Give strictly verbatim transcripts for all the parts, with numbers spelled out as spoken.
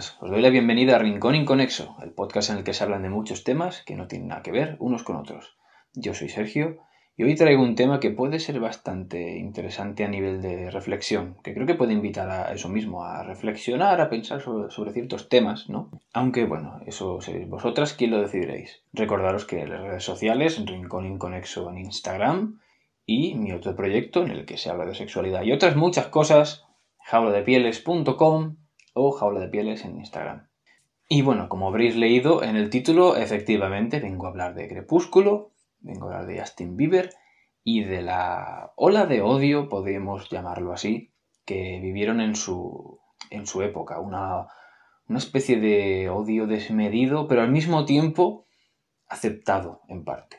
buenas, os doy la bienvenida a Rincón Inconexo, el podcast en el que se hablan de muchos temas que no tienen nada que ver unos con otros. Yo soy Sergio y hoy traigo un tema que puede ser bastante interesante a nivel de reflexión, que creo que puede invitar a eso mismo, a reflexionar, a pensar sobre, sobre ciertos temas, ¿no? Aunque, bueno, eso seréis vosotras quien lo decidiréis. Recordaros que las redes sociales, Rincón Inconexo en Instagram y mi otro proyecto en el que se habla de sexualidad y otras muchas cosas, jaula de pieles punto com o Jaula de Pieles en Instagram. Y bueno, como habréis leído en el título, efectivamente vengo a hablar de Crepúsculo, vengo a hablar de Justin Bieber y de la ola de odio, podemos llamarlo así, que vivieron en su, en su época. Una, una especie de odio desmedido, pero al mismo tiempo aceptado en parte.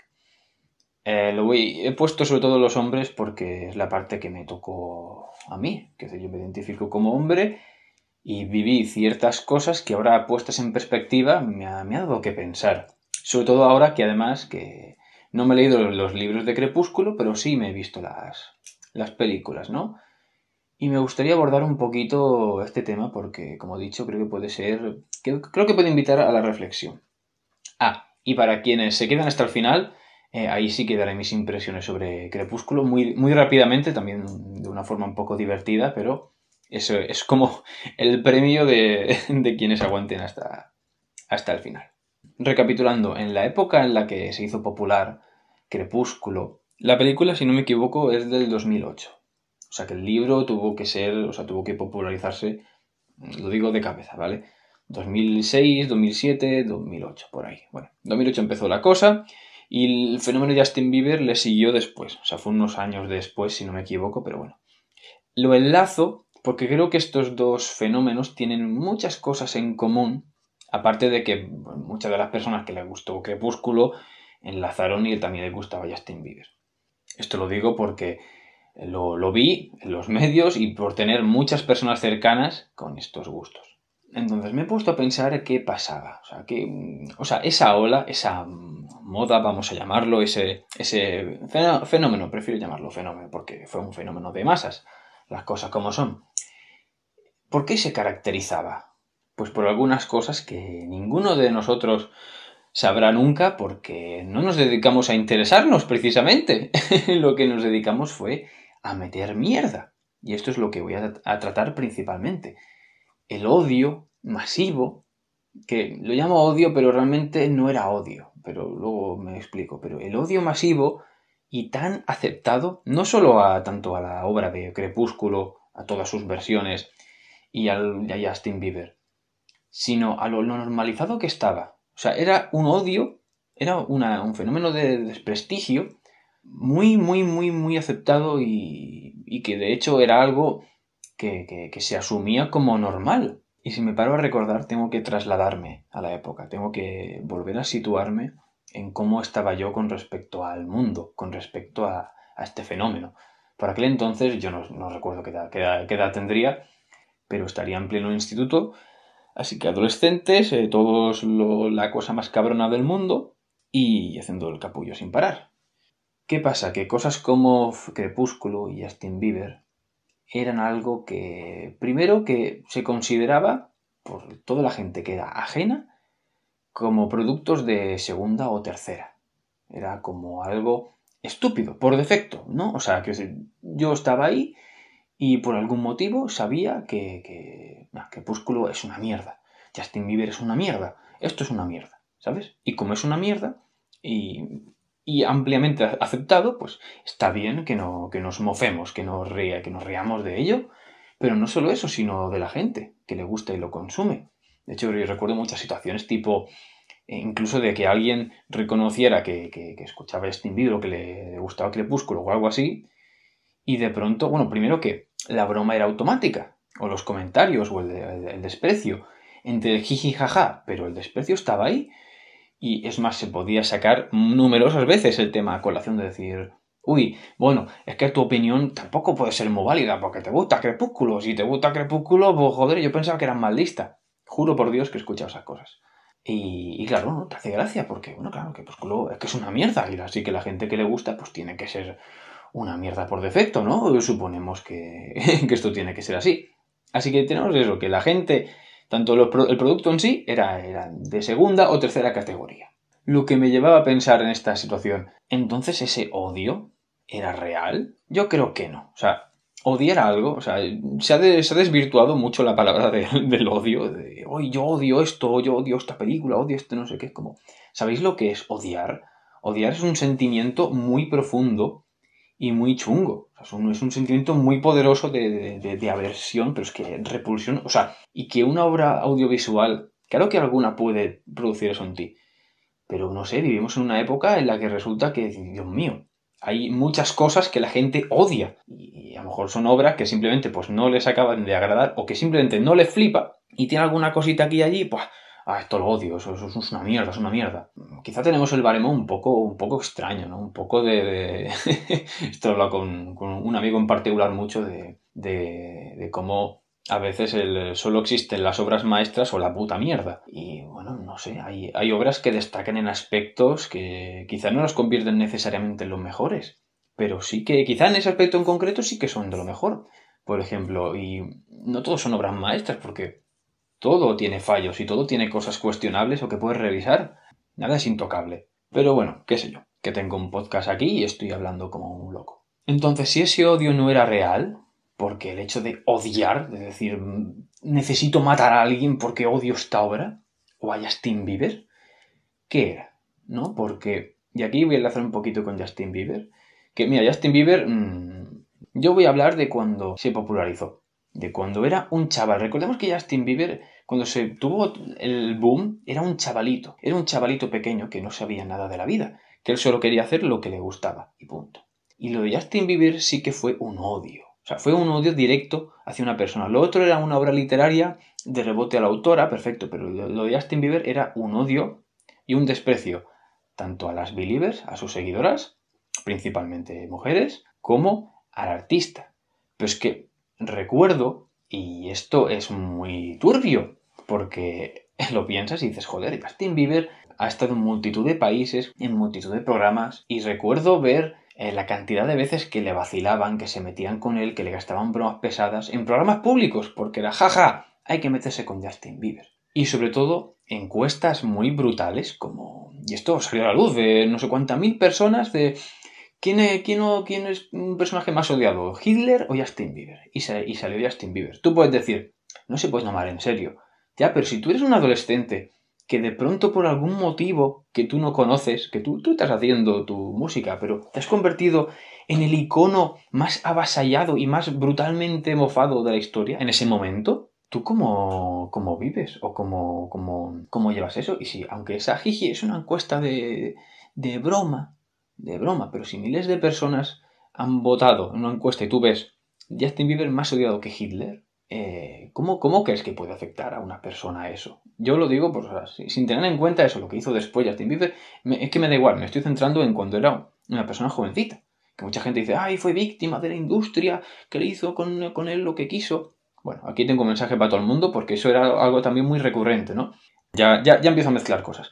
Eh, lo voy, he puesto sobre todo los hombres porque es la parte que me tocó a mí, que yo me identifico como hombre. Y viví ciertas cosas que ahora puestas en perspectiva me ha, me ha dado que pensar. Sobre todo ahora que además que no me he leído los libros de Crepúsculo, pero sí me he visto las, las películas, ¿no? Y me gustaría abordar un poquito este tema porque, como he dicho, creo que puede ser... que- creo que puede invitar a la reflexión. Ah, y para quienes se quedan hasta el final, eh, ahí sí que daré mis impresiones sobre Crepúsculo muy, muy rápidamente, también de una forma un poco divertida, pero eso es como el premio de, de quienes aguanten hasta, hasta el final. Recapitulando, en la época en la que se hizo popular Crepúsculo, la película, si no me equivoco, es del dos mil ocho. O sea que el libro tuvo que ser, o sea, tuvo que popularizarse, lo digo de cabeza, ¿vale? dos mil seis, dos mil siete, dos mil ocho, por ahí. Bueno, dos mil ocho empezó la cosa y el fenómeno de Justin Bieber le siguió después. O sea, fue unos años después, si no me equivoco, pero bueno. Lo enlazo porque creo que estos dos fenómenos tienen muchas cosas en común, aparte de que bueno, muchas de las personas que les gustó Crepúsculo enlazaron y también les gustaba Justin Bieber. Esto lo digo porque lo, lo vi en los medios y por tener muchas personas cercanas con estos gustos. Entonces me he puesto a pensar qué pasaba. O sea, que, o sea esa ola, esa moda, vamos a llamarlo, ese, ese fenómeno, prefiero llamarlo fenómeno porque fue un fenómeno de masas, las cosas como son. ¿Por qué se caracterizaba? Pues por algunas cosas que ninguno de nosotros sabrá nunca porque no nos dedicamos a interesarnos precisamente. Lo que nos dedicamos fue a meter mierda. Y esto es lo que voy a, a tratar principalmente. El odio masivo, que lo llamo odio, pero realmente no era odio, pero luego me explico. Pero el odio masivo y tan aceptado, no solo a tanto a la obra de Crepúsculo, a todas sus versiones, y, al, y a Justin Bieber, sino a lo, lo normalizado que estaba. O sea, era un odio, era una, un fenómeno de desprestigio muy, muy, muy, muy aceptado y, y que de hecho era algo que, que, que se asumía como normal. Y si me paro a recordar, tengo que trasladarme a la época, tengo que volver a situarme en cómo estaba yo con respecto al mundo, con respecto a, a este fenómeno. Por aquel entonces, yo no, no recuerdo qué edad, qué, edad, qué edad tendría, pero estaría en pleno instituto. Así que adolescentes, eh, todos lo, la cosa más cabrona del mundo y haciendo el capullo sin parar. ¿Qué pasa? Que cosas como Crepúsculo y Justin Bieber eran algo que, primero, que se consideraba por toda la gente que era ajena como productos de segunda o tercera. Era como algo estúpido, por defecto, ¿no? O sea, que yo estaba ahí y por algún motivo sabía que, que nah, Crepúsculo es una mierda. Justin Bieber es una mierda. Esto es una mierda, ¿sabes? Y como es una mierda y, y ampliamente aceptado, pues está bien que, no, que nos mofemos, que nos, ría, que nos riamos de ello. Pero no solo eso, sino de la gente que le gusta y lo consume. De hecho, yo recuerdo muchas situaciones tipo, eh, incluso de que alguien reconociera que, que, que escuchaba Justin Bieber o que le gustaba Crepúsculo o algo así, y de pronto, bueno, primero que la broma era automática, o los comentarios, o el, el, el desprecio, entre el jiji jaja, pero el desprecio estaba ahí, y es más, se podía sacar numerosas veces el tema a colación de decir, uy, bueno, es que tu opinión tampoco puede ser muy válida, porque te gusta Crepúsculo, si te gusta Crepúsculo, pues joder, yo pensaba que eras más lista. Juro por Dios que he escuchado esas cosas. Y, y claro, no te hace gracia, porque, bueno, claro, Crepúsculo es que es una mierda, y así que la gente que le gusta, pues tiene que ser una mierda por defecto, ¿no? Suponemos que, que esto tiene que ser así. Así que tenemos eso, que la gente Tanto lo, el producto en sí era, era de segunda o tercera categoría. Lo que me llevaba a pensar en esta situación, ¿entonces ese odio era real? Yo creo que no. O sea, odiar algo, o sea, se ha, de, se ha desvirtuado mucho la palabra de, del odio, de, hoy yo odio esto, yo odio esta película, odio esto, no sé qué, es como, ¿sabéis lo que es odiar? Odiar es un sentimiento muy profundo y muy chungo. O sea, es, un, es un sentimiento muy poderoso de, de, de, de aversión, pero es que repulsión, o sea, y que una obra audiovisual, claro que alguna puede producir eso en ti, pero no sé, vivimos en una época en la que resulta que, Dios mío, hay muchas cosas que la gente odia. Y a lo mejor son obras que simplemente pues no les acaban de agradar o que simplemente no les flipa y tiene alguna cosita aquí y allí, pues, ah, esto lo odio, eso, eso es una mierda, es una mierda. Quizá tenemos el baremo un poco, un poco extraño, ¿no? Un poco de... de... esto lo he hablado con, con un amigo en particular mucho de, de, de cómo a veces el, solo existen las obras maestras o la puta mierda. Y bueno, no sé, hay, hay obras que destacan en aspectos que quizá no las convierten necesariamente en los mejores, pero sí que quizá en ese aspecto en concreto sí que son de lo mejor. Por ejemplo, y no todos son obras maestras porque todo tiene fallos y todo tiene cosas cuestionables o que puedes revisar. Nada es intocable. Pero bueno, qué sé yo, que tengo un podcast aquí y estoy hablando como un loco. Entonces, si ese odio no era real, porque el hecho de odiar, de decir, necesito matar a alguien porque odio esta obra, o a Justin Bieber, ¿qué era? ¿No? Porque, y aquí voy a enlazar un poquito con Justin Bieber, que mira, Justin Bieber, mmm, yo voy a hablar de cuando se popularizó, de cuando era un chaval. Recordemos que Justin Bieber, cuando se tuvo el boom, era un chavalito, era un chavalito pequeño que no sabía nada de la vida, que él solo quería hacer lo que le gustaba, y punto. Y lo de Justin Bieber sí que fue un odio. O sea, fue un odio directo hacia una persona. Lo otro era una obra literaria de rebote a la autora, perfecto, pero lo de Justin Bieber era un odio y un desprecio tanto a las believers, a sus seguidoras, principalmente mujeres, como al artista. Pero es que recuerdo, y esto es muy turbio, porque lo piensas y dices, joder, Justin Bieber ha estado en multitud de países, en multitud de programas, y recuerdo ver eh, la cantidad de veces que le vacilaban, que se metían con él, que le gastaban bromas pesadas en programas públicos, porque era jaja, hay que meterse con Justin Bieber. Y sobre todo, encuestas muy brutales, como... Y esto salió a la luz de no sé cuántas mil personas de... ¿Quién es, quién, ¿Quién es un personaje más odiado? ¿Hitler o Justin Bieber? Y, se, y salió Justin Bieber. Tú puedes decir, no se puede tomar en serio. Ya, pero si tú eres un adolescente que de pronto por algún motivo que tú no conoces, que tú, tú estás haciendo tu música, pero te has convertido en el icono más avasallado y más brutalmente mofado de la historia en ese momento, ¿tú cómo, cómo vives o cómo, cómo, cómo llevas eso? Y si, aunque esa jiji es una encuesta de, de broma, de broma, pero si miles de personas han votado en una encuesta y tú ves Justin Bieber más odiado que Hitler, eh, ¿cómo, ¿cómo crees que puede afectar a una persona eso? Yo lo digo, pues, o sea, sin tener en cuenta eso, lo que hizo después Justin Bieber, me, es que me da igual, me estoy centrando en cuando era una persona jovencita. Que mucha gente dice, ay, fue víctima de la industria, que le hizo con, con él lo que quiso. Bueno, aquí tengo un mensaje para todo el mundo porque eso era algo también muy recurrente, ¿no? Ya, ya, ya empiezo a mezclar cosas.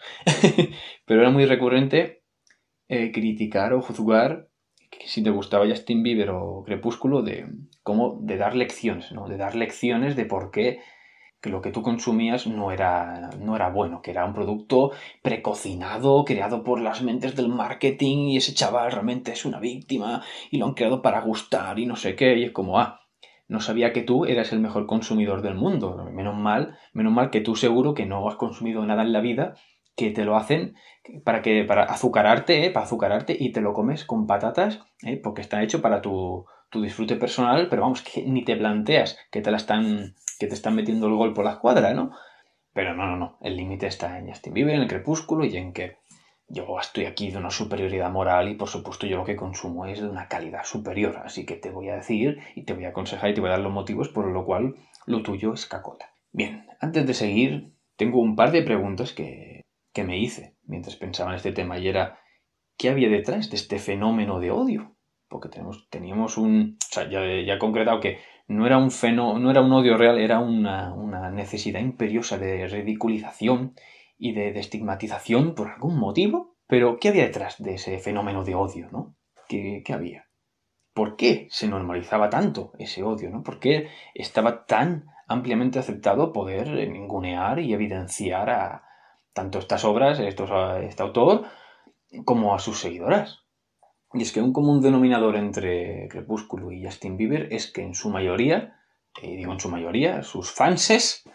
Pero era muy recurrente eh, criticar o juzgar si te gustaba Justin Bieber o Crepúsculo de cómo de dar lecciones, ¿no? De dar lecciones de por qué que lo que tú consumías no era, no era bueno, que era un producto precocinado, creado por las mentes del marketing y ese chaval realmente es una víctima y lo han creado para gustar y no sé qué, y es como, ah, no sabía que tú eras el mejor consumidor del mundo. Menos mal, menos mal que tú seguro que no has consumido nada en la vida, que te lo hacen para que para azucararte, ¿eh? Para azucararte y te lo comes con patatas, ¿eh? Porque está hecho para tu, tu disfrute personal, pero vamos, que ni te planteas que te la están, que te están metiendo el gol por la escuadra, ¿no? Pero no, no, no. El límite está en Justin Bieber, en el Crepúsculo y en que yo estoy aquí de una superioridad moral y por supuesto yo lo que consumo es de una calidad superior. Así que te voy a decir y te voy a aconsejar y te voy a dar los motivos por lo cual lo tuyo es cacota. Bien, antes de seguir, tengo un par de preguntas que, que me hice mientras pensaba en este tema y era, ¿qué había detrás de este fenómeno de odio? Porque tenemos, teníamos un... O sea, ya, ya he concretado que no era un fenó, no era un odio real, era una, una necesidad imperiosa de ridiculización y de, de estigmatización por algún motivo. Pero, ¿qué había detrás de ese fenómeno de odio, no? ¿Qué, qué había? ¿Por qué se normalizaba tanto ese odio, no? ¿Por qué estaba tan ampliamente aceptado poder ningunear y evidenciar a tanto estas obras, estos, a este autor, como a sus seguidoras. Y es que un común denominador entre Crepúsculo y Justin Bieber es que en su mayoría, eh, digo en su mayoría, sus fanses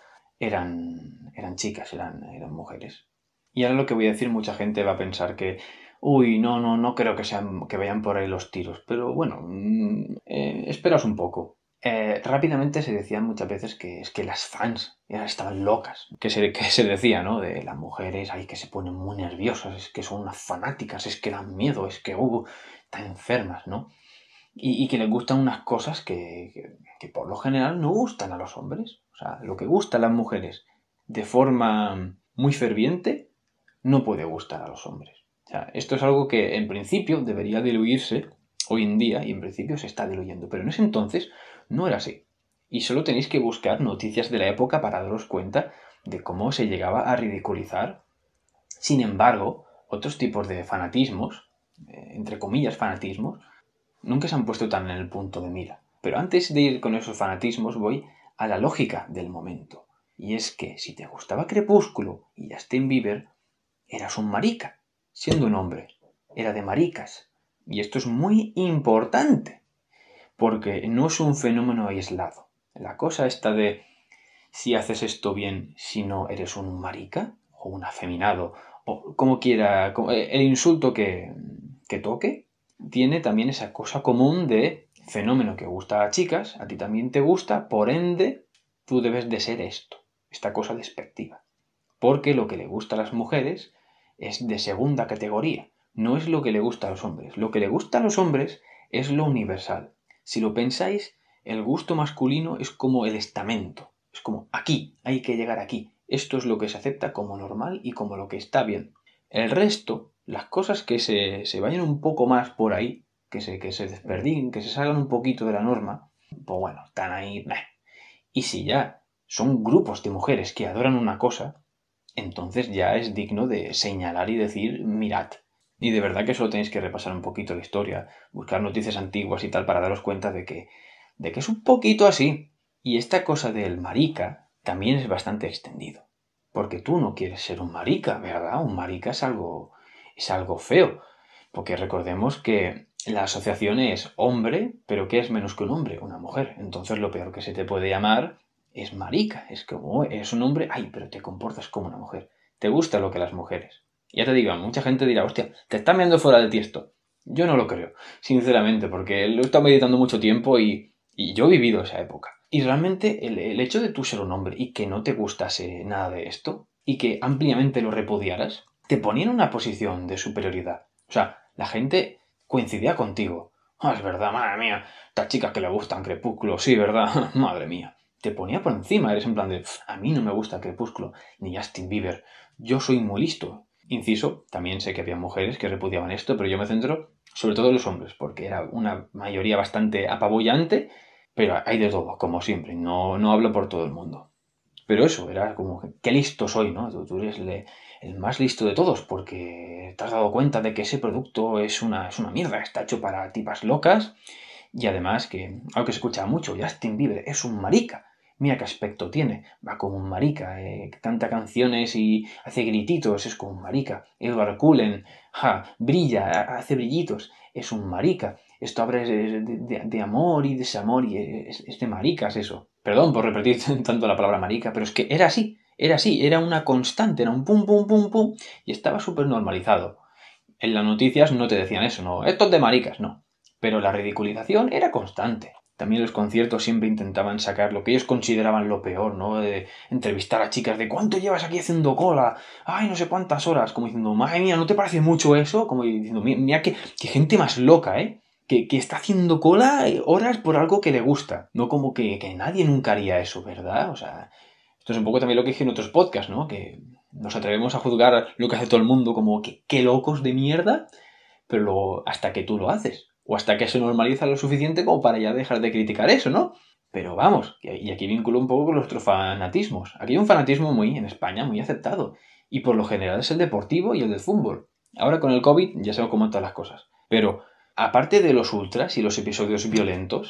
eran, eran chicas, eran, eran mujeres. Y ahora lo que voy a decir, mucha gente va a pensar que, uy, no, no, no creo que, sean, que vayan por ahí los tiros. Pero bueno, mmm, eh, esperaos un poco. Eh, rápidamente se decían muchas veces que es que las fans ya estaban locas. Que se, que se decía, ¿no? De las mujeres, ay, que se ponen muy nerviosas, es que son unas fanáticas, es que dan miedo, es que, uh, están enfermas, ¿no? Y, y que les gustan unas cosas que, que, que por lo general no gustan a los hombres. O sea, lo que gusta a las mujeres de forma muy ferviente no puede gustar a los hombres. O sea, esto es algo que en principio debería diluirse hoy en día y en principio se está diluyendo. Pero en ese entonces no era así. Y solo tenéis que buscar noticias de la época para daros cuenta de cómo se llegaba a ridiculizar. Sin embargo, otros tipos de fanatismos, eh, entre comillas fanatismos, nunca se han puesto tan en el punto de mira. Pero antes de ir con esos fanatismos voy a la lógica del momento. Y es que si te gustaba Crepúsculo y Justin Bieber, eras un marica, siendo un hombre. Era de maricas. Y esto es muy importante, porque no es un fenómeno aislado. La cosa está de si haces esto bien, si no eres un marica o un afeminado, o como quiera, el insulto que, que toque, tiene también esa cosa común de fenómeno que gusta a chicas, a ti también te gusta, por ende, tú debes de ser esto, esta cosa despectiva. Porque lo que le gusta a las mujeres es de segunda categoría, no es lo que le gusta a los hombres. Lo que le gusta a los hombres es lo universal. Si lo pensáis, el gusto masculino es como el estamento, es como aquí, hay que llegar aquí. Esto es lo que se acepta como normal y como lo que está bien. El resto, las cosas que se, se vayan un poco más por ahí, que se, que se desperdiguen, que se salgan un poquito de la norma, pues bueno, están ahí. Meh. Y si ya son grupos de mujeres que adoran una cosa, entonces ya es digno de señalar y decir, mirad. Y de verdad que solo tenéis que repasar un poquito la historia, buscar noticias antiguas y tal para daros cuenta de que, de que es un poquito así. Y esta cosa del marica también es bastante extendido. Porque tú no quieres ser un marica, ¿verdad? Un marica es algo, es algo feo. Porque recordemos que la asociación es hombre, pero ¿qué es menos que un hombre? Una mujer. Entonces lo peor que se te puede llamar es marica. Es como, es un hombre, ay, pero te comportas como una mujer. Te gusta lo que las mujeres. Ya te digo, mucha gente dirá, hostia, te están viendo fuera de tiesto. Yo no lo creo, sinceramente, porque lo he estado meditando mucho tiempo y, y yo he vivido esa época. Y realmente el, el hecho de tú ser un hombre y que no te gustase nada de esto y que ampliamente lo repudiaras, te ponía en una posición de superioridad. O sea, la gente coincidía contigo. Ah, es verdad, madre mía, estas chicas que le gustan Crepúsculo, sí, ¿verdad? Madre mía. Te ponía por encima, eres en plan de, a mí no me gusta Crepúsculo, ni Justin Bieber, yo soy muy listo. Inciso, también sé que había mujeres que repudiaban esto, pero yo me centro sobre todo en los hombres, porque era una mayoría bastante apabullante, pero hay de todo, como siempre, no, no hablo por todo el mundo. Pero eso, era como, qué listo soy, ¿no? Tú, tú eres le, el más listo de todos, porque te has dado cuenta de que ese producto es una, es una mierda, está hecho para tipas locas, y además que, algo que se escucha mucho, Justin Bieber es un marica. Mira qué aspecto tiene, va como un marica, eh, canta canciones y hace grititos, es como un marica. Edward Cullen, ja, brilla, hace brillitos, es un marica. Esto habla de, de, de amor y desamor y es, es de maricas eso. Perdón por repetir tanto la palabra marica, pero es que era así, era así, era una constante, era un pum, pum, pum, pum, y estaba súper normalizado. En las noticias no te decían eso, no, esto es de maricas, no. Pero la ridiculización era constante. También los conciertos siempre intentaban sacar lo que ellos consideraban lo peor, ¿no? De entrevistar a chicas de ¿cuánto llevas aquí haciendo cola? Ay, no sé cuántas horas. Como diciendo, madre mía, ¿no te parece mucho eso? Como diciendo, mira, mira qué, qué gente más loca, ¿eh? Que, que está haciendo cola horas por algo que le gusta. No como que, que nadie nunca haría eso, ¿verdad? O sea, esto es un poco también lo que dije en otros podcasts, ¿no? Que nos atrevemos a juzgar lo que hace todo el mundo como que qué locos de mierda, pero luego hasta que tú lo haces. O hasta que se normaliza lo suficiente como para ya dejar de criticar eso, ¿no? Pero vamos, y aquí vinculo un poco con nuestros fanatismos. Aquí hay un fanatismo muy, en España, muy aceptado. Y por lo general es el deportivo y el del fútbol. Ahora con el COVID ya sabemos cómo están las cosas. Pero, aparte de los ultras y los episodios violentos,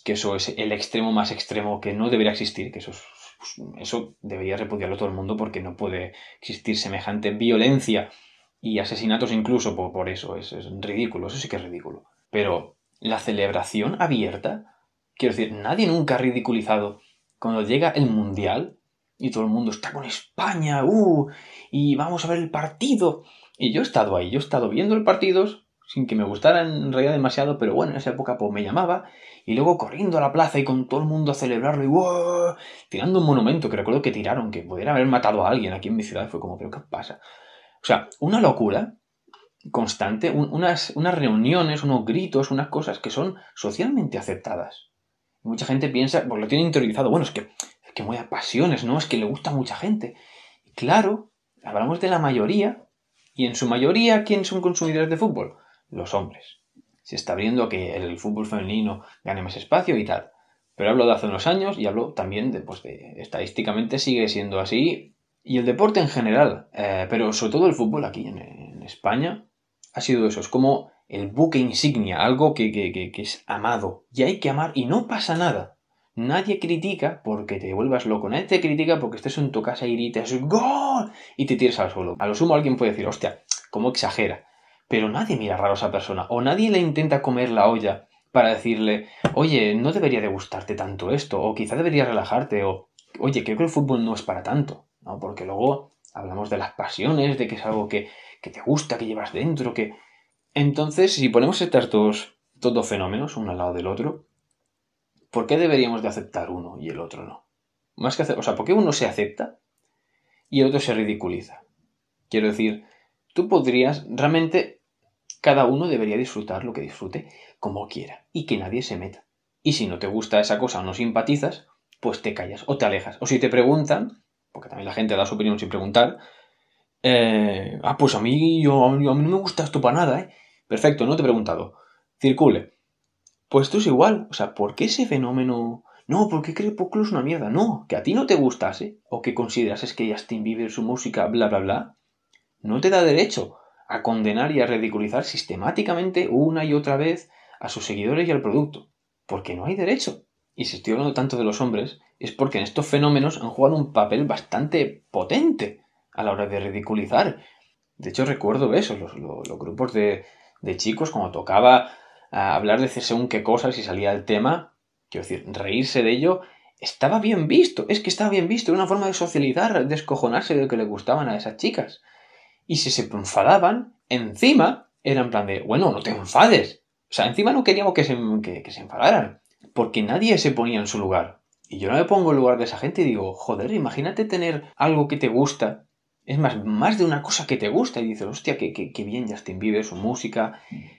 que eso es el extremo más extremo que no debería existir, que eso, es, eso debería repudiarlo todo el mundo porque no puede existir semejante violencia y asesinatos incluso por, por eso, es, es ridículo, eso sí que es ridículo. Pero la celebración abierta, quiero decir, nadie nunca ha ridiculizado cuando llega el Mundial y todo el mundo está con España, uh, y vamos a ver el partido. Y yo he estado ahí, yo he estado viendo el partido sin que me gustara en realidad demasiado, pero bueno, en esa época pues me llamaba, y luego corriendo a la plaza y con todo el mundo a celebrarlo y ¡wow! Tirando un monumento que recuerdo que tiraron, que pudiera haber matado a alguien aquí en mi ciudad, fue como, ¿pero qué pasa? O sea, una locura constante, un, unas, unas reuniones, unos gritos, unas cosas que son socialmente aceptadas. Mucha gente piensa, pues lo tiene interiorizado, bueno, es que, es que mueve pasiones, ¿no? Es que le gusta a mucha gente. Y claro, hablamos de la mayoría, y en su mayoría, ¿quién son consumidores de fútbol? Los hombres. Se está viendo que el fútbol femenino gane más espacio y tal. Pero hablo de hace unos años y hablo también de, pues de estadísticamente sigue siendo así. Y el deporte en general, eh, pero sobre todo el fútbol aquí en, en España, ha sido eso. Es como el buque insignia, algo que, que, que, que es amado. Y hay que amar y no pasa nada. Nadie critica porque te vuelvas loco. Nadie te critica porque estés en tu casa y grites ¡gol! Y te tires al suelo. A lo sumo alguien puede decir, hostia, ¿cómo exagera? Pero nadie mira raro a esa persona. O nadie le intenta comer la olla para decirle, oye, no debería de gustarte tanto esto. O quizá deberías relajarte. O, oye, creo que el fútbol no es para tanto. ¿No? Porque luego hablamos de las pasiones, de que es algo que, que te gusta, que llevas dentro, que... Entonces, si ponemos estos dos, estos dos fenómenos, uno al lado del otro, ¿por qué deberíamos de aceptar uno y el otro no? Más que hacer, o sea, ¿por qué uno se acepta y el otro se ridiculiza? Quiero decir, tú podrías, realmente, cada uno debería disfrutar lo que disfrute como quiera y que nadie se meta. Y si no te gusta esa cosa o no simpatizas, pues te callas o te alejas. O si te preguntan, porque también la gente da su opinión sin preguntar, eh, ah, pues a mí, yo, a mí no me gusta esto para nada, ¿eh? Perfecto, no te he preguntado. Circule. Pues tú es igual. O sea, ¿por qué ese fenómeno? No, porque creo que es una mierda. No, que a ti no te gustase o que considerases que Justin Bieber, su música, bla, bla, bla, no te da derecho a condenar y a ridiculizar sistemáticamente una y otra vez a sus seguidores y al producto. Porque no hay derecho. Y si estoy hablando tanto de los hombres, es porque en estos fenómenos han jugado un papel bastante potente a la hora de ridiculizar. De hecho, recuerdo eso, los, los, los grupos de, de chicos, cuando tocaba a hablar de según qué cosas y salía el tema, quiero decir, reírse de ello, estaba bien visto, es que estaba bien visto, era una forma de socializar, descojonarse de lo que le gustaban a esas chicas. Y si se enfadaban, encima, era en plan de, bueno, no te enfades. O sea, encima no queríamos que se, que, que se enfadaran, porque nadie se ponía en su lugar. Y yo no me pongo en el lugar de esa gente y digo, joder, imagínate tener algo que te gusta. Es más, más de una cosa que te gusta. Y dices, hostia, qué, qué, qué bien Justin Bieber, su música,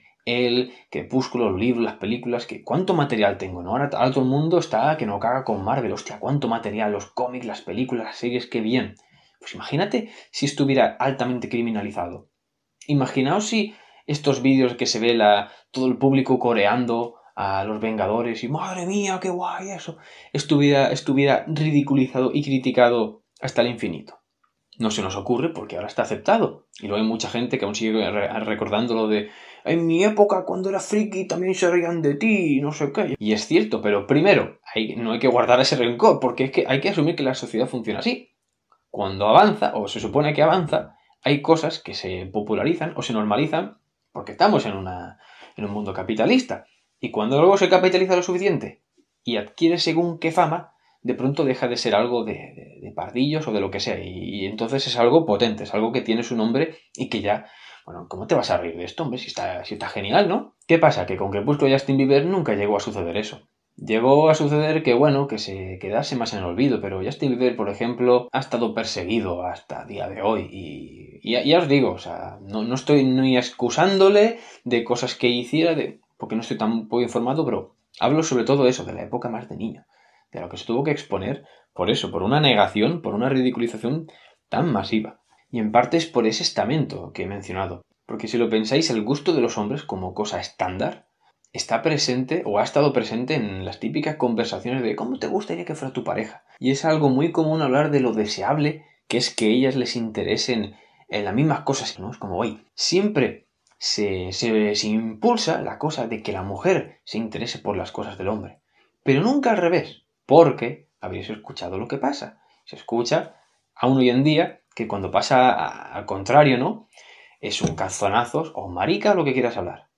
el Crepúsculo, los libros, las películas, que cuánto material tengo, ¿no? Ahora, ahora todo el mundo está que no caga con Marvel, hostia, cuánto material, los cómics, las películas, las series, qué bien. Pues imagínate si estuviera altamente criminalizado. Imaginaos si estos vídeos que se ve la, todo el público coreando a los Vengadores y madre mía, qué guay eso, estuviera, estuviera ridiculizado y criticado hasta el infinito. No se nos ocurre porque ahora está aceptado. Y luego hay mucha gente que aún sigue recordando lo de en mi época cuando era friki también se reían de ti y no sé qué. Y es cierto, pero primero, hay, no hay que guardar ese rencor porque es que hay que asumir que la sociedad funciona así. Cuando avanza, o se supone que avanza, hay cosas que se popularizan o se normalizan porque estamos en, una, en un mundo capitalista. Y cuando luego se capitaliza lo suficiente y adquiere según qué fama, de pronto deja de ser algo de, de, de pardillos o de lo que sea. Y, y entonces es algo potente, es algo que tiene su nombre y que ya... Bueno, ¿cómo te vas a reír de esto, hombre? Si está, si está genial, ¿no? ¿Qué pasa? Que con Crepúsculo y Justin Bieber nunca llegó a suceder eso. Llegó a suceder que, bueno, que se quedase más en el olvido, pero Justin Bieber, por ejemplo, ha estado perseguido hasta el día de hoy. Y, y ya, ya os digo, o sea, no, no estoy ni excusándole de cosas que hiciera, de, porque no estoy tan poco informado, pero hablo sobre todo eso, de la época más de niño, de lo que se tuvo que exponer por eso, por una negación, por una ridiculización tan masiva. Y en parte es por ese estamento que he mencionado. Porque si lo pensáis, el gusto de los hombres como cosa estándar está presente o ha estado presente en las típicas conversaciones de ¿cómo te gustaría que fuera tu pareja? Y es algo muy común hablar de lo deseable que es que ellas les interesen en las mismas cosas, ¿no? Es como hoy. Siempre se, se, se impulsa la cosa de que la mujer se interese por las cosas del hombre. pero nunca al revés, porque habréis escuchado lo que pasa. Se escucha aún hoy en día que cuando pasa a, al contrario, ¿no? Es un calzonazos o marica o lo que quieras hablar.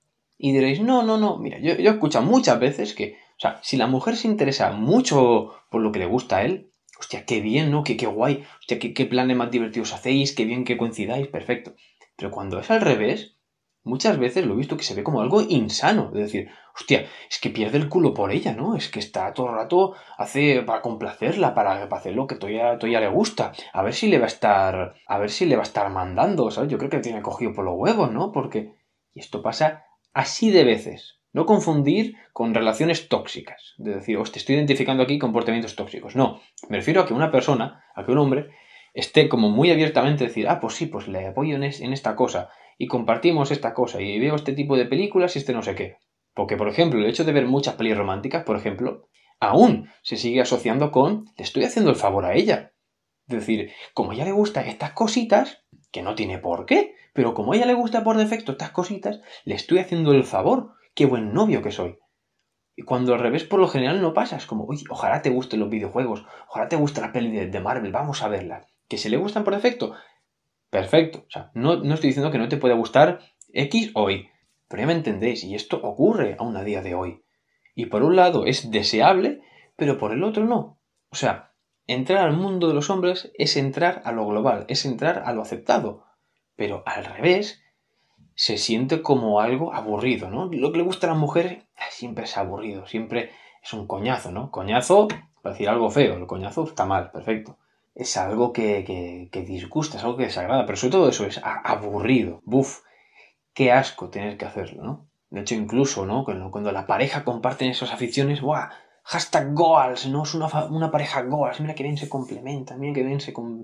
Y diréis, no, no, no, mira, yo, yo he escuchado muchas veces que, o sea, si la mujer se interesa mucho por lo que le gusta a él, hostia, qué bien, ¿no? Qué, qué guay, hostia, qué, qué planes más divertidos hacéis, qué bien que coincidáis, perfecto. Pero cuando es al revés, muchas veces lo he visto que se ve como algo insano. Es decir, hostia, es que pierde el culo por ella, ¿no? Es que está todo el rato hace para complacerla, para, para hacer lo que todavía, todavía le gusta. A ver si le va a estar, a ver si le va a estar mandando, ¿sabes? Yo creo que tiene cogido por los huevos, ¿no? Porque, y esto pasa así de veces. No confundir con relaciones tóxicas. De decir, hostia, estoy identificando aquí comportamientos tóxicos. No, me refiero a que una persona, a que un hombre, esté como muy abiertamente decir, ah, pues sí, pues le apoyo en, es, en esta cosa y compartimos esta cosa y veo este tipo de películas y este no sé qué. Porque, por ejemplo, el hecho de ver muchas pelis románticas, por ejemplo, aún se sigue asociando con le estoy haciendo el favor a ella. Es decir, como a ella le gustan estas cositas, que no tiene por qué, pero como a ella le gusta por defecto estas cositas, le estoy haciendo el favor. Qué buen novio que soy. Y cuando al revés por lo general no pasa, es como, oye, ojalá te gusten los videojuegos, ojalá te guste la peli de, de Marvel, vamos a verla. ¿Que se le gustan por defecto? Perfecto. O sea, no, no estoy diciendo que no te pueda gustar X o Y, pero ya me entendéis, y esto ocurre aún a día de hoy. Y por un lado es deseable, pero por el otro no. O sea, entrar al mundo de los hombres es entrar a lo global, es entrar a lo aceptado. Pero al revés, se siente como algo aburrido, ¿no? Lo que le gusta a las mujeres siempre es aburrido, siempre es un coñazo, ¿no? Coñazo, para decir algo feo, el coñazo está mal, perfecto. Es algo que, que, que disgusta, es algo que desagrada, pero sobre todo eso es aburrido. Buf, qué asco tener que hacerlo, ¿no? De hecho, incluso, ¿no? Cuando, cuando la pareja comparten esas aficiones, ¡buah! Hashtag goals, ¿no? Es una, una pareja goals, mira que bien se complementan, mira que bien se... Com...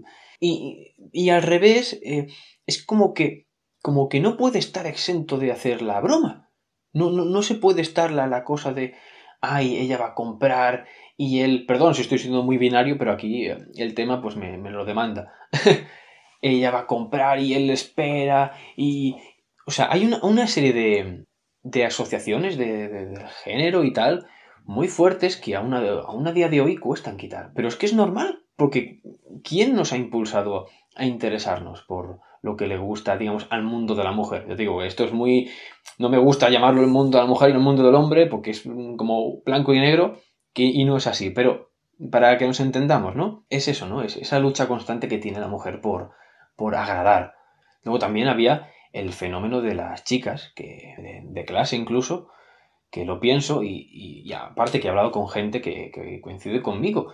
Y, y, y al revés, eh, es como que, como que no puede estar exento de hacer la broma. No, no, no se puede estar la, la cosa de, ay, ella va a comprar y él... Perdón si estoy siendo muy binario, pero aquí eh, el tema pues me, me lo demanda. Ella va a comprar y él espera y... O sea, hay una, una serie de, de asociaciones de, de, de género y tal muy fuertes que aún a, aún a día de hoy cuestan quitar. Pero es que es normal, porque ¿quién nos ha impulsado a interesarnos por lo que le gusta, digamos, al mundo de la mujer? Yo digo, esto es muy... No me gusta llamarlo el mundo de la mujer y el mundo del hombre, porque es como blanco y negro, que, y no es así. Pero para que nos entendamos, ¿no? Es eso, ¿no? Es esa lucha constante que tiene la mujer por, por agradar. Luego también había el fenómeno de las chicas, que de, de clase incluso, que lo pienso y, y, y aparte que he hablado con gente que, que coincide conmigo.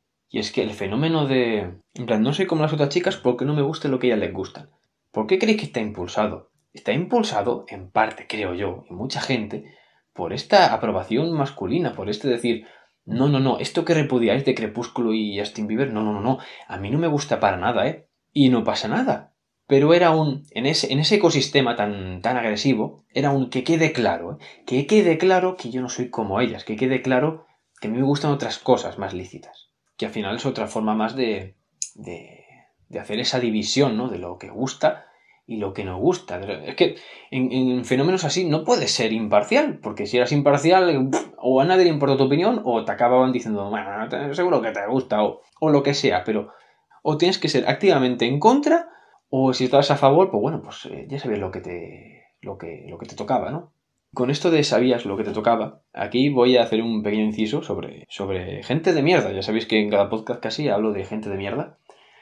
Y es que el fenómeno de... En plan, no soy como las otras chicas porque no me gusta lo que a ellas les gusta. ¿Por qué creéis que está impulsado? Está impulsado, en parte, creo yo, y mucha gente, por esta aprobación masculina, por este decir, no, no, no, esto que repudiáis de Crepúsculo y Justin Bieber, no, no, no, no, a mí no me gusta para nada, ¿eh? Y no pasa nada. Pero era un, en ese, en ese ecosistema tan, tan agresivo, era un que quede claro, ¿eh? Que quede claro que yo no soy como ellas, que quede claro que a mí me gustan otras cosas más lícitas. Que al final es otra forma más de, de, de hacer esa división, ¿no? De lo que gusta y lo que no gusta. Es que en, en fenómenos así no puedes ser imparcial, porque si eras imparcial, o a nadie le importa tu opinión, o te acababan diciendo, bueno, seguro que te gusta, o, o lo que sea, pero o tienes que ser activamente en contra, o si estás a favor, pues bueno, pues eh, ya sabes lo que te, lo que, lo que te tocaba, ¿no? Con esto de sabías lo que te tocaba, aquí voy a hacer un pequeño inciso sobre, sobre gente de mierda. Ya sabéis que en cada podcast casi hablo de gente de mierda.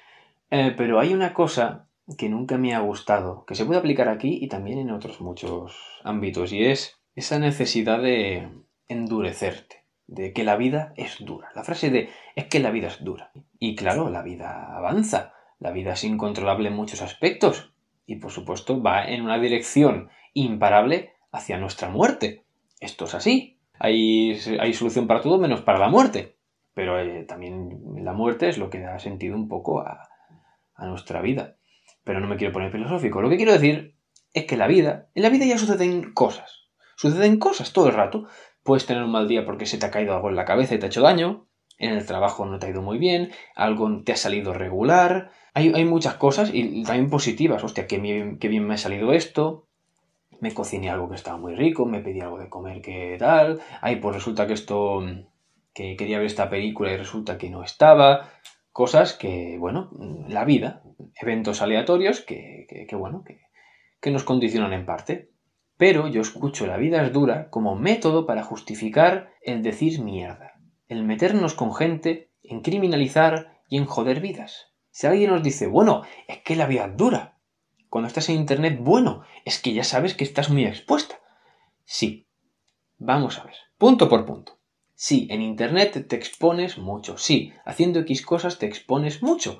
Eh, pero hay una cosa que nunca me ha gustado, que se puede aplicar aquí y también en otros muchos ámbitos, y es esa necesidad de endurecerte, de que la vida es dura. La frase de es que la vida es dura. Y claro, la vida avanza, la vida es incontrolable en muchos aspectos, y por supuesto va en una dirección imparable hacia nuestra muerte. Esto es así. Hay, hay solución para todo menos para la muerte. Pero eh, también la muerte es lo que da sentido un poco a, a nuestra vida. Pero no me quiero poner filosófico. Lo que quiero decir es que la vida, en la vida ya suceden cosas. Suceden cosas todo el rato. Puedes tener un mal día porque se te ha caído algo en la cabeza y te ha hecho daño. En el trabajo no te ha ido muy bien. Algo te ha salido regular. Hay, hay muchas cosas y también positivas. Hostia, qué bien, qué bien me ha salido esto. me cociné algo que estaba muy rico, me pedí algo de comer que tal, ay, pues resulta que esto, que quería ver esta película y resulta que no estaba, cosas que, bueno, la vida, eventos aleatorios que, que, que bueno, que, que nos condicionan en parte. Pero yo escucho la vida es dura como método para justificar el decir mierda, el meternos con gente, en criminalizar y en joder vidas. Si alguien nos dice, bueno, es que la vida es dura, cuando estás en internet, bueno, es que ya sabes que estás muy expuesta. Sí, vamos a ver, punto por punto. Sí, en internet te expones mucho, sí, haciendo X cosas te expones mucho,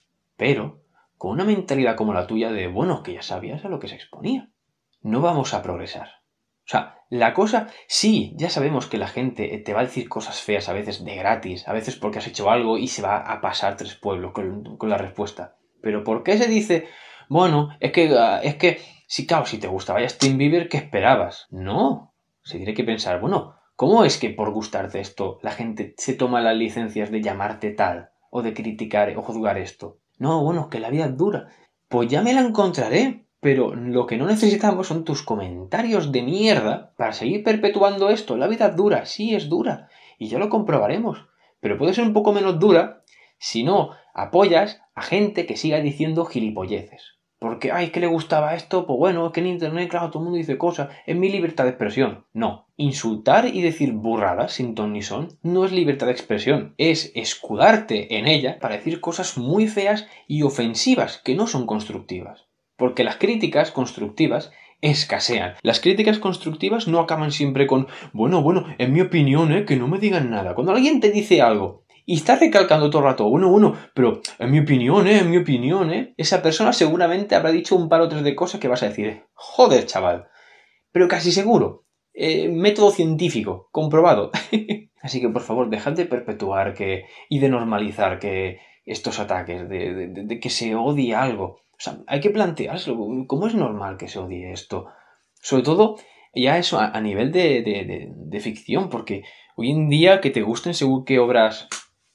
pero con una mentalidad como la tuya de, bueno, que ya sabías a lo que se exponía, no vamos a progresar. O sea, la cosa, sí, ya sabemos que la gente te va a decir cosas feas a veces de gratis, a veces porque has hecho algo y se va a pasar tres pueblos con, con la respuesta. Pero ¿por qué se dice, bueno, es que, uh, es que, sí, claro, si te gustaba Justin Bieber, ¿qué esperabas? No, se tiene que pensar, bueno, ¿cómo es que por gustarte esto la gente se toma las licencias de llamarte tal, o de criticar o juzgar esto? No, bueno, es que la vida es dura. Pues ya me la encontraré. Pero lo que no necesitamos son tus comentarios de mierda para seguir perpetuando esto. La vida es dura, sí es dura. Y ya lo comprobaremos. Pero puede ser un poco menos dura si no apoyas a gente que siga diciendo gilipolleces. Porque, ay, que le gustaba esto, pues bueno, es que en internet, claro, todo el mundo dice cosas, es mi libertad de expresión. No, insultar y decir burradas sin ton ni son no es libertad de expresión, es escudarte en ella para decir cosas muy feas y ofensivas que no son constructivas. Porque las críticas constructivas escasean. Las críticas constructivas no acaban siempre con, bueno, bueno, en mi opinión, ¿eh? Que no me digan nada. Cuando alguien te dice algo y está recalcando todo el rato, bueno, bueno, pero en mi opinión, ¿eh? En mi opinión, ¿eh? Esa persona seguramente habrá dicho un par o tres de cosas que vas a decir, joder, chaval. Pero casi seguro. Eh, método científico, comprobado. Así que, por favor, dejad de perpetuar que, y de normalizar que estos ataques, de, de, de que se odie algo. O sea, hay que planteárselo. ¿Cómo es normal que se odie esto? Sobre todo, ya eso a, a nivel de, de, de, de ficción, porque hoy en día que te gusten según qué obras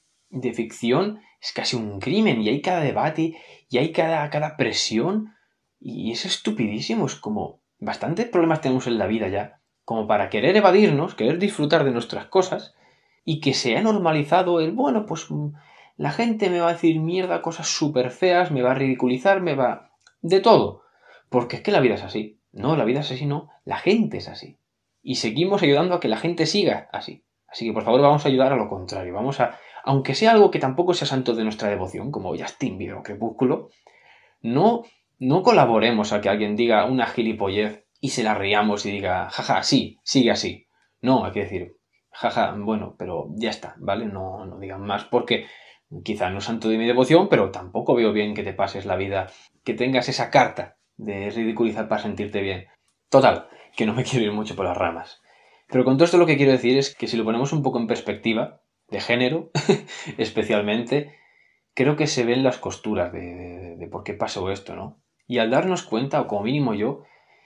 de ficción es casi un crimen y hay cada debate y hay cada, cada presión y es estupidísimo. Es como bastantes problemas tenemos en la vida ya como para querer evadirnos, querer disfrutar de nuestras cosas y que se ha normalizado el, bueno, pues la gente me va a decir mierda, cosas súper feas, me va a ridiculizar, me va... de todo. Porque es que la vida es así. No, la vida es así, no. La gente es así. Y seguimos ayudando a que la gente siga así. Así que por favor vamos a ayudar a lo contrario. Vamos a, aunque sea algo que tampoco sea santo de nuestra devoción, como Justin Bieber o Crepúsculo, no, no colaboremos a que alguien diga una gilipollez y se la riamos y diga, jaja, sí, sigue así. No, hay que decir, jaja, bueno, pero ya está, ¿vale? No, no digan más porque quizá no es santo de mi devoción, pero tampoco veo bien que te pases la vida, que tengas esa carta de ridiculizar para sentirte bien. Total, que no me quiero ir mucho por las ramas. Pero con todo esto lo que quiero decir es que si lo ponemos un poco en perspectiva, de género, especialmente, creo que se ven las costuras de, de, de por qué pasó esto, ¿no? Y al darnos cuenta, o como mínimo yo,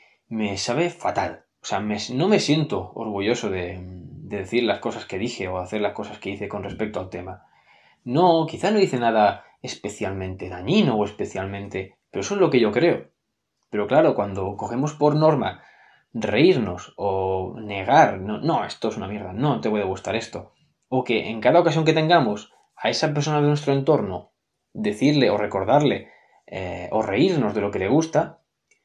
me sabe fatal. O sea, me, no me siento orgulloso de, de decir las cosas que dije o hacer las cosas que hice con respecto al tema. No, quizá no hice nada especialmente dañino o especialmente... Pero eso es lo que yo creo. Pero claro, cuando cogemos por norma reírnos o negar, no, no, esto es una mierda, no te puede gustar esto, o que en cada ocasión que tengamos a esa persona de nuestro entorno decirle o recordarle eh, o reírnos de lo que le gusta,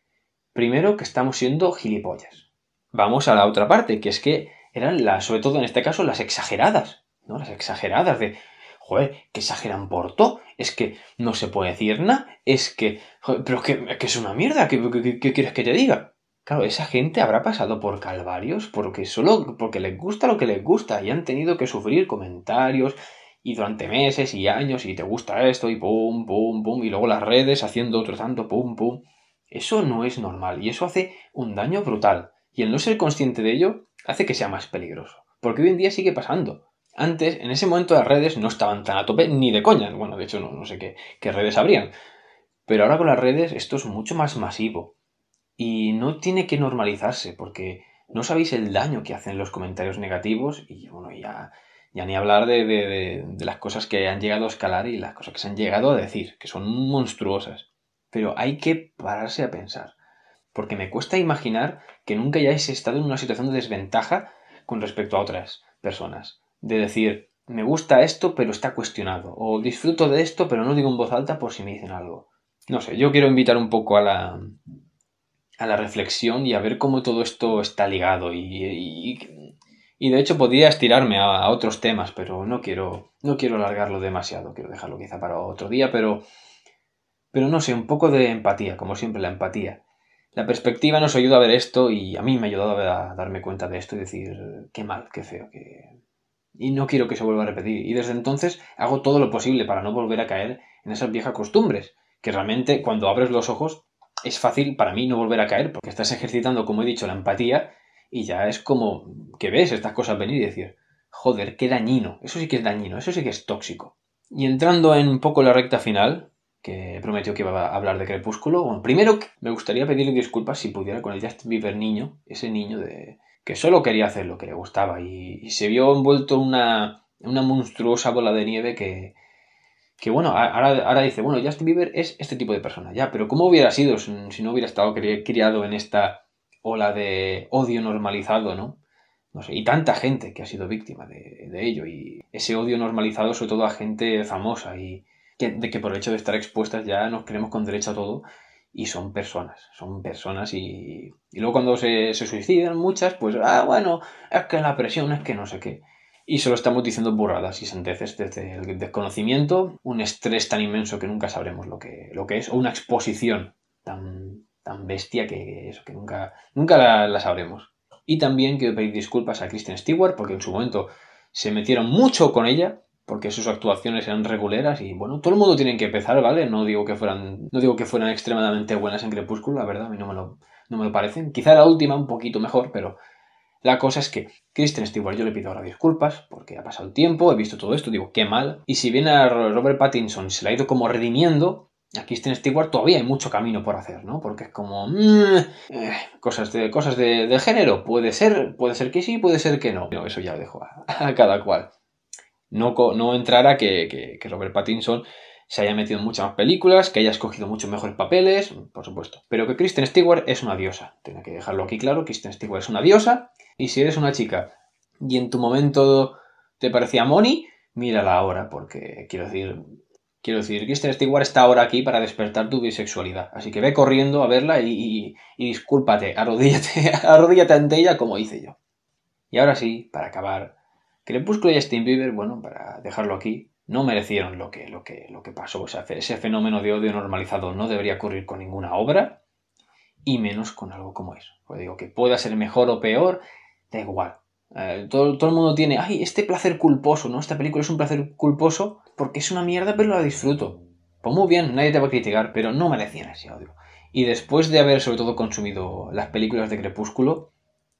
primero que estamos siendo gilipollas. Vamos a la otra parte, que es que eran las, sobre todo en este caso, las exageradas, ¿no? Las exageradas de, joder, que exageran por todo, es que no se puede decir nada, es que, joder, pero que, que es una mierda, ¿qué, qué, qué quieres que te diga? Claro, esa gente habrá pasado por calvarios porque solo porque les gusta lo que les gusta y han tenido que sufrir comentarios y durante meses y años y te gusta esto y pum, pum, pum y luego las redes haciendo otro tanto pum, pum. Eso no es normal y eso hace un daño brutal. Y el no ser consciente de ello hace que sea más peligroso. Porque hoy en día sigue pasando. Antes, en ese momento las redes no estaban tan a tope ni de coña. Bueno, de hecho no, no sé qué, qué redes habrían. Pero ahora con las redes esto es mucho más masivo. Y no tiene que normalizarse porque no sabéis el daño que hacen los comentarios negativos y bueno, ya, ya ni hablar de, de, de, de las cosas que han llegado a escalar y las cosas que se han llegado a decir, que son monstruosas. Pero hay que pararse a pensar. porque me cuesta imaginar que nunca hayáis estado en una situación de desventaja con respecto a otras personas. De decir, me gusta esto, pero está cuestionado. O disfruto de esto, pero no digo en voz alta por si me dicen algo. No sé, yo quiero invitar un poco a la, a la reflexión y a ver cómo todo esto está ligado. Y, y, y de hecho podría estirarme a, a otros temas, pero no quiero, no quiero alargarlo demasiado. Quiero dejarlo quizá para otro día, pero, pero no sé, un poco de empatía, como siempre, la empatía. La perspectiva nos ayuda a ver esto y a mí me ha ayudado a darme cuenta de esto y decir, qué mal, qué feo, que... Y no quiero que se vuelva a repetir. Y desde entonces hago todo lo posible para no volver a caer en esas viejas costumbres, que realmente cuando abres los ojos es fácil para mí no volver a caer, porque estás ejercitando, como he dicho, la empatía y ya es como que ves estas cosas venir y decir, joder, qué dañino, eso sí que es dañino, eso sí que es tóxico. Y entrando en un poco la recta final, que prometió que iba a hablar de Crepúsculo. Bueno, primero me gustaría pedirle disculpas si pudiera con el Justin Bieber niño, ese niño de que solo quería hacer lo que le gustaba y, y se vio envuelto en una, una monstruosa bola de nieve que, que bueno, ahora, ahora dice, bueno, Justin Bieber es este tipo de persona, ya, pero ¿cómo hubiera sido si no hubiera estado criado en esta ola de odio normalizado, ¿no? No sé, y tanta gente que ha sido víctima de, de ello y ese odio normalizado sobre todo a gente famosa y que, de que por el hecho de estar expuestas ya nos creemos con derecho a todo y son personas, son personas y, y luego cuando se, se suicidan muchas, pues, ah, bueno, es que la presión, es que no sé qué. Y solo estamos diciendo burradas y sandeces desde el desconocimiento, un estrés tan inmenso que nunca sabremos lo que, lo que es, o una exposición tan, tan bestia que eso, que nunca, nunca la, la sabremos. Y también quiero pedir disculpas a Kristen Stewart porque en su momento se metieron mucho con ella porque sus actuaciones eran reguleras y bueno, todo el mundo tiene que empezar, ¿vale? No digo que fueran, no digo que fueran extremadamente buenas en Crepúsculo, la verdad, a mí no me lo, no me lo parecen. Quizá la última un poquito mejor, pero la cosa es que Kristen Stewart yo le pido ahora disculpas porque ha pasado el tiempo, he visto todo esto, digo, qué mal. Y si bien a Robert Pattinson se le ha ido como redimiendo, a Kristen Stewart todavía hay mucho camino por hacer, ¿no? Porque es como... Mmm, eh, cosas de, cosas de, de género. Puede ser, puede ser que sí, puede ser que no. No, eso ya lo dejo a, a cada cual. No, no entrará que, que, que Robert Pattinson se haya metido en muchas más películas, que haya escogido muchos mejores papeles, por supuesto. Pero que Kristen Stewart es una diosa. Tengo que dejarlo aquí claro, Kristen Stewart es una diosa. Y si eres una chica y en tu momento te parecía Moni, mírala ahora, porque quiero decir... Quiero decir, Kristen Stewart está ahora aquí para despertar tu bisexualidad. Así que ve corriendo a verla y, y, y discúlpate, arrodíllate, arrodíllate ante ella como hice yo. Y ahora sí, para acabar, Crepúsculo y Justin Bieber, bueno, para dejarlo aquí, no merecieron lo que, lo que, lo que pasó. O sea, ese fenómeno de odio normalizado no debería ocurrir con ninguna obra, y menos con algo como eso. Pues digo, que pueda ser mejor o peor, da igual. Eh, todo, todo el mundo tiene, ay, este placer culposo, ¿no? Esta película es un placer culposo porque es una mierda, pero la disfruto. Pues muy bien, nadie te va a criticar, pero no merecían ese odio. Y después de haber, sobre todo, consumido las películas de Crepúsculo,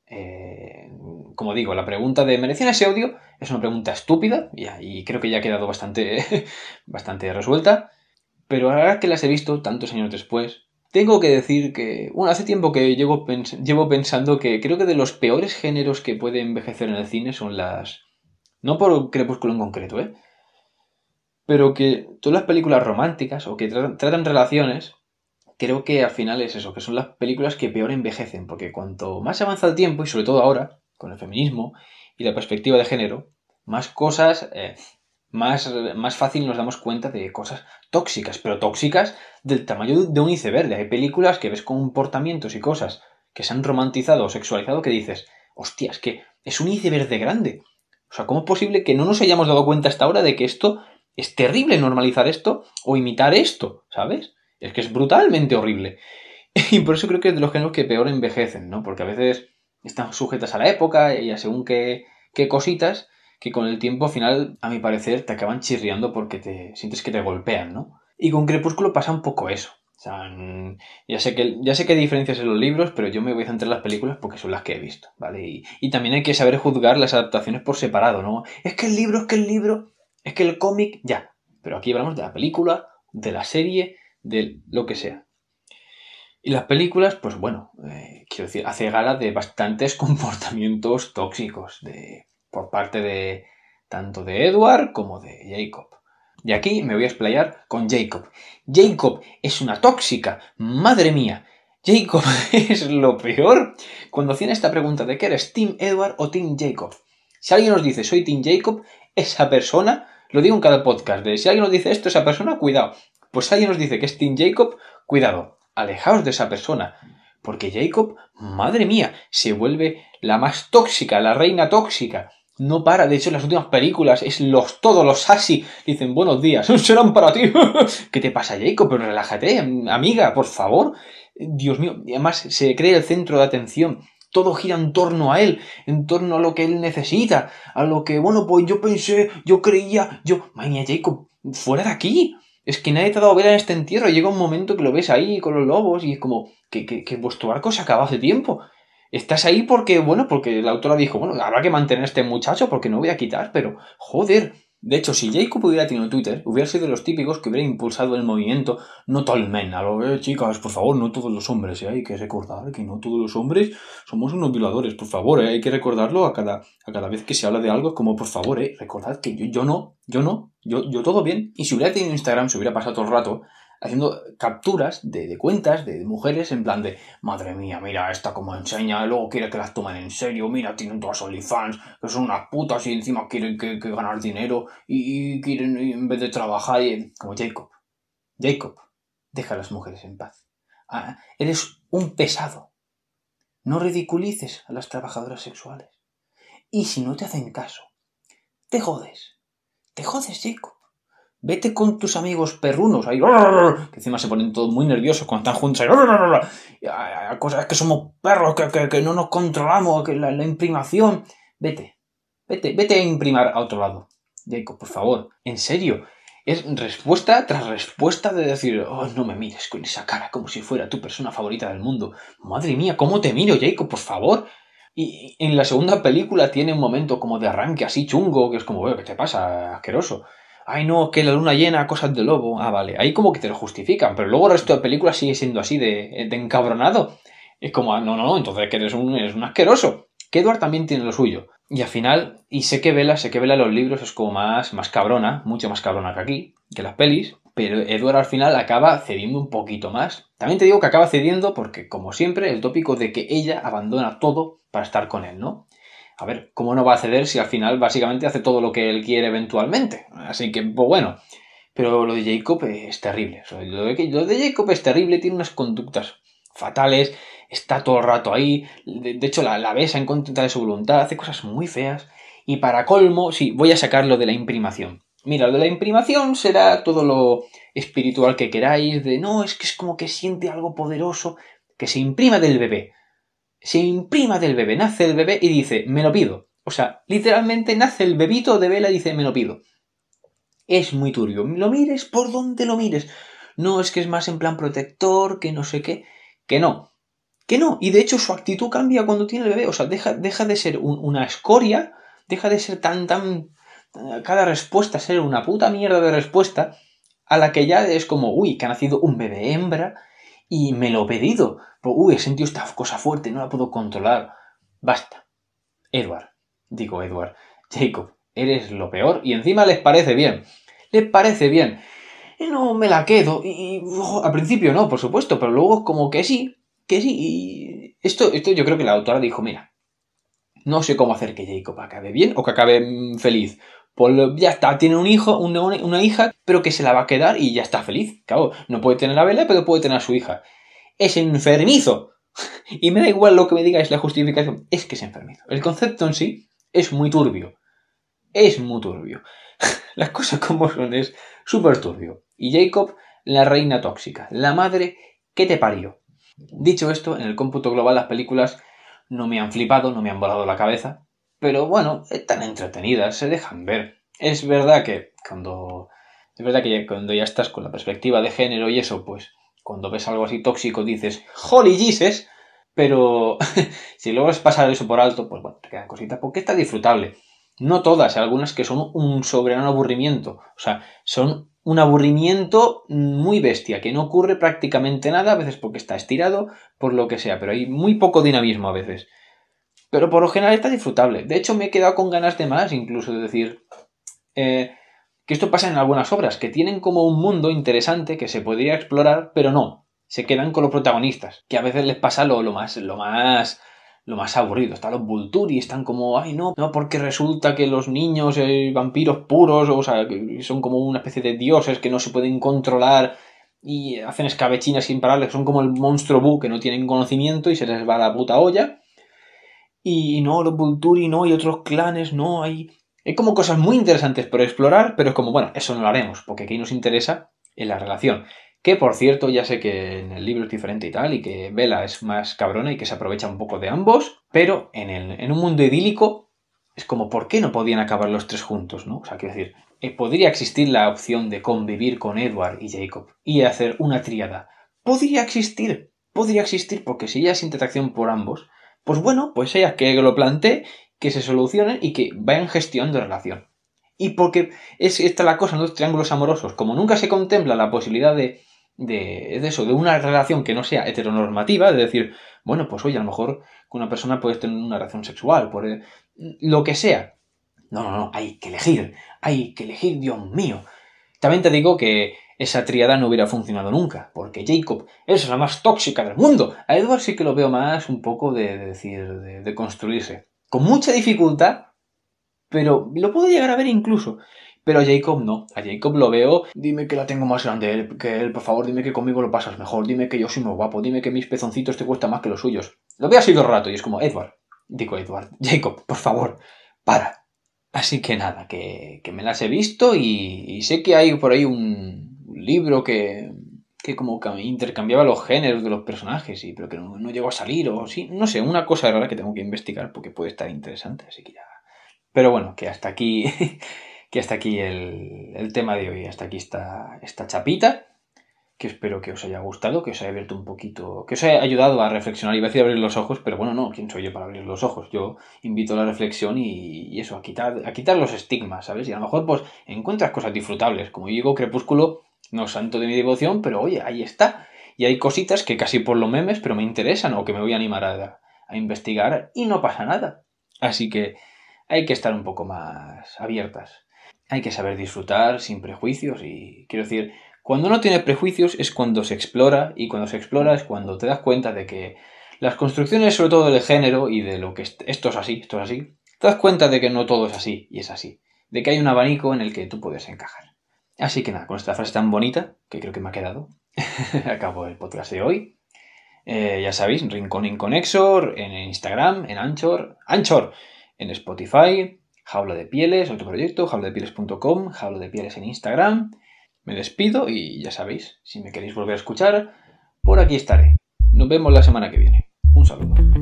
eh, como digo, la pregunta de ¿merecían ese odio? Es una pregunta estúpida y, y creo que ya ha quedado bastante, bastante resuelta. Pero ahora que las he visto tantos años después, tengo que decir que, bueno, hace tiempo que llevo, pens llevo pensando que creo que de los peores géneros que puede envejecer en el cine son las... No por Crepúsculo en concreto, ¿eh? Pero que todas las películas románticas o que tra tratan relaciones, creo que al final es eso, que son las películas que peor envejecen, porque cuanto más avanza el tiempo, y sobre todo ahora, con el feminismo y la perspectiva de género, más cosas... Eh, Más, más fácil nos damos cuenta de cosas tóxicas, pero tóxicas del tamaño de un iceberg. Hay películas que ves comportamientos y cosas que se han romantizado o sexualizado que dices, hostia, es que es un iceberg de grande. O sea, ¿cómo es posible que no nos hayamos dado cuenta hasta ahora de que esto es terrible normalizar esto o imitar esto, ¿sabes? Es que es brutalmente horrible. Y por eso creo que es de los géneros que peor envejecen, ¿no? Porque a veces están sujetas a la época y a según qué, qué cositas que con el tiempo al final, a mi parecer, te acaban chirriando porque te sientes que te golpean, ¿no? Y con Crepúsculo pasa un poco eso. O sea, ya sé que ya sé que hay diferencias en los libros, pero yo me voy a centrar en las películas porque son las que he visto, ¿vale? Y, y también hay que saber juzgar las adaptaciones por separado, ¿no? Es que el libro, es que el libro, es que el cómic, ya. Pero aquí hablamos de la película, de la serie, de lo que sea. Y las películas, pues bueno, eh, quiero decir, hace gala de bastantes comportamientos tóxicos de, por parte de tanto de Edward como de Jacob. Y aquí me voy a explayar con Jacob. Jacob es una tóxica, madre mía. Jacob es lo peor. Cuando hacían esta pregunta de que eres Team Edward o Team Jacob. Si alguien nos dice soy Team Jacob, esa persona, lo digo en cada podcast, de si alguien nos dice esto, esa persona, cuidado. Pues si alguien nos dice que es Team Jacob, cuidado, alejaos de esa persona. Porque Jacob, madre mía, se vuelve la más tóxica, la reina tóxica. No para, de hecho en las últimas películas es los todos los así dicen buenos días, serán para ti. ¿Qué te pasa, Jacob? Pero relájate, amiga, por favor. Dios mío, y además se cree el centro de atención. Todo gira en torno a él, en torno a lo que él necesita, a lo que, bueno, pues yo pensé, yo creía, yo... Madre mía, Jacob, fuera de aquí. Es que nadie te ha dado vela en este entierro. Llega un momento que lo ves ahí con los lobos y es como que, que, que vuestro barco se acaba hace tiempo. Estás ahí porque, bueno, porque la autora dijo, bueno, habrá que mantener a este muchacho porque no voy a quitar, pero, joder. De hecho, si Jacob hubiera tenido Twitter, hubiera sido de los típicos que hubiera impulsado el movimiento no all men, a lo eh, chicas, por favor, no todos los hombres, ¿eh? Hay que recordar que no todos los hombres somos unos violadores, por favor, ¿eh? Hay que recordarlo a cada, a cada vez que se habla de algo, como por favor, ¿eh? Recordad que yo, yo no, yo no, yo, yo todo bien. Y si hubiera tenido Instagram, se hubiera pasado todo el rato haciendo capturas de, de cuentas de mujeres en plan de madre mía, mira esta como enseña, luego quiere que las tomen en serio, mira, tienen todas OnlyFans, que son unas putas y encima quieren que, que ganar dinero y, y quieren en vez de trabajar y... como Jacob. Jacob, deja a las mujeres en paz. Ah, eres un pesado. No ridiculices a las trabajadoras sexuales. Y si no te hacen caso, te jodes. Te jodes, Jacob. Vete con tus amigos perrunos, ahí, que encima se ponen todos muy nerviosos cuando están juntos, ahí, cosas que somos perros, que, que, que no nos controlamos, que la, la imprimación. Vete, vete, vete a imprimar a otro lado. Jacob, por favor, en serio. Es respuesta tras respuesta de decir, oh, no me mires con esa cara como si fuera tu persona favorita del mundo. Madre mía, ¿cómo te miro, Jacob? Por favor. Y en la segunda película tiene un momento como de arranque así chungo, que es como, ¿qué te pasa, asqueroso? Ay, no, que la luna llena, cosas de lobo. Ah, vale. Ahí como que te lo justifican, pero luego el resto de películas sigue siendo así de, de encabronado. Es como, no, no, no, entonces que eres un, eres un asqueroso. Que Edward también tiene lo suyo. Y al final, y sé que Bella, sé que Bella en los libros es como más, más cabrona, mucho más cabrona que aquí, que las pelis, pero Edward al final acaba cediendo un poquito más. También te digo que acaba cediendo porque, como siempre, el tópico de que ella abandona todo para estar con él, ¿no? A ver, ¿cómo no va a ceder si al final básicamente hace todo lo que él quiere eventualmente? Así que, pues bueno. Pero lo de Jacob es terrible. Lo de, lo de Jacob es terrible, tiene unas conductas fatales, está todo el rato ahí. De, de hecho, la, la besa en contra de su voluntad, hace cosas muy feas. Y para colmo, sí, voy a sacar lo de la imprimación. Mira, lo de la imprimación será todo lo espiritual que queráis, de no, es que es como que siente algo poderoso, que se imprima del bebé. Se imprima del bebé, nace el bebé y dice, me lo pido. O sea, literalmente nace el bebito de Bella y dice, me lo pido. Es muy turbio. Lo mires por donde lo mires. No, es que es más en plan protector, que no sé qué. Que no. Que no. Y de hecho su actitud cambia cuando tiene el bebé. O sea, deja, deja de ser un, una escoria, deja de ser tan, tan... cada respuesta ser una puta mierda de respuesta, a la que ya es como, uy, que ha nacido un bebé hembra y me lo he pedido. Pues, uy, he sentido esta cosa fuerte, no la puedo controlar. Basta. Edward. Digo, Edward. Jacob, eres lo peor y encima les parece bien. Les parece bien. Y no me la quedo. Y, y oh, al principio no, por supuesto, pero luego como que sí, que sí. Y esto, esto yo creo que la autora dijo, mira, no sé cómo hacer que Jacob acabe bien o que acabe mm, feliz. Pues ya está, tiene un hijo, una, una hija, pero que se la va a quedar y ya está feliz. Claro, no puede tener a Bella, pero puede tener a su hija. Es enfermizo. Y me da igual lo que me digáis la justificación. Es que es enfermizo. El concepto en sí es muy turbio. Es muy turbio. Las cosas como son, es súper turbio. Y Jacob, la reina tóxica. La madre que te parió. Dicho esto, en el cómputo global las películas no me han flipado, no me han volado la cabeza. Pero bueno, están entretenidas, se dejan ver. Es verdad que cuando... Es verdad que cuando ya estás con la perspectiva de género y eso, pues... Cuando ves algo así tóxico dices, ¡Holy Jesus! Pero si logras pasar eso por alto, pues bueno, te quedan cositas porque está disfrutable. No todas, hay algunas que son un soberano aburrimiento. O sea, son un aburrimiento muy bestia, que no ocurre prácticamente nada, a veces porque está estirado, por lo que sea, pero hay muy poco dinamismo a veces. Pero por lo general está disfrutable. De hecho, me he quedado con ganas de más, incluso de decir... Eh, que esto pasa en algunas obras, que tienen como un mundo interesante que se podría explorar, pero no. se quedan con los protagonistas, que a veces les pasa lo, lo más, lo más, lo más aburrido. Están los Volturi, están como, ay no, no, porque resulta que los niños, eh, vampiros puros, o sea, que son como una especie de dioses que no se pueden controlar y hacen escabechinas imparables, son como el monstruo Bu, que no tienen conocimiento y se les va la puta olla. Y no, los Volturi no, y otros clanes no, hay... Hay como cosas muy interesantes por explorar, pero es como, bueno, eso no lo haremos, porque aquí nos interesa en la relación. Que, por cierto, ya sé que en el libro es diferente y tal, y que Bella es más cabrona y que se aprovecha un poco de ambos, pero en, el, en un mundo idílico es como, ¿por qué no podían acabar los tres juntos, no? O sea, quiero decir, eh, podría existir la opción de convivir con Edward y Jacob y hacer una tríada. Podría existir, podría existir, porque si ella siente atracción por ambos, pues bueno, pues ella que lo plantee, que se solucionen y que vayan gestión de relación. Y porque es esta la cosa en los triángulos amorosos, como nunca se contempla la posibilidad de, de, de eso, de una relación que no sea heteronormativa, de decir, bueno, pues oye, a lo mejor con una persona puedes tener una relación sexual, por el, lo que sea. No, no, no, hay que elegir, hay que elegir, Dios mío. También te digo que esa tríada no hubiera funcionado nunca, porque Jacob es la más tóxica del mundo. A Edward sí que lo veo más un poco de, de decir, de, de construirse. Con mucha dificultad, pero lo puedo llegar a ver incluso. Pero a Jacob no. A Jacob lo veo, dime que la tengo más grande que él, por favor, dime que conmigo lo pasas mejor, dime que yo soy muy guapo, dime que mis pezoncitos te cuestan más que los suyos. Lo veo así todo el rato y es como, Edward, digo Edward, Jacob, por favor, para. Así que nada, que, que me las he visto y, y sé que hay por ahí un, un libro que, que como que intercambiaba los géneros de los personajes, y, pero que no, no llegó a salir, o sí, no sé, una cosa rara que tengo que investigar porque puede estar interesante, así que ya. Pero bueno, que hasta aquí, que hasta aquí el, el tema de hoy, hasta aquí esta, esta chapita, que espero que os haya gustado, que os haya abierto un poquito, que os haya ayudado a reflexionar. Iba a decir abrir los ojos, pero bueno, no, ¿quién soy yo para abrir los ojos? Yo invito a la reflexión y, y eso, a quitar, a quitar los estigmas, ¿sabes? Y a lo mejor pues encuentras cosas disfrutables. Como yo digo, Crepúsculo no es santo de mi devoción, pero oye, ahí está. Y hay cositas que casi por los memes, pero me interesan o que me voy a animar a, a investigar y no pasa nada. Así que hay que estar un poco más abiertas. Hay que saber disfrutar sin prejuicios y, quiero decir, cuando no tiene prejuicios es cuando se explora, y cuando se explora es cuando te das cuenta de que las construcciones, sobre todo del género y de lo que esto es así, esto es así, te das cuenta de que no todo es así y es así, de que hay un abanico en el que tú puedes encajar. Así que nada, con esta frase tan bonita, que creo que me ha quedado, acabo el podcast de hoy. Eh, ya sabéis, Rincón Inconexo, en Instagram, en Anchor, Anchor, en Spotify, Jaula de Pieles, otro proyecto, jaula de pieles punto com, Jaula de Pieles en Instagram. Me despido y ya sabéis, si me queréis volver a escuchar, por aquí estaré. Nos vemos la semana que viene. Un saludo.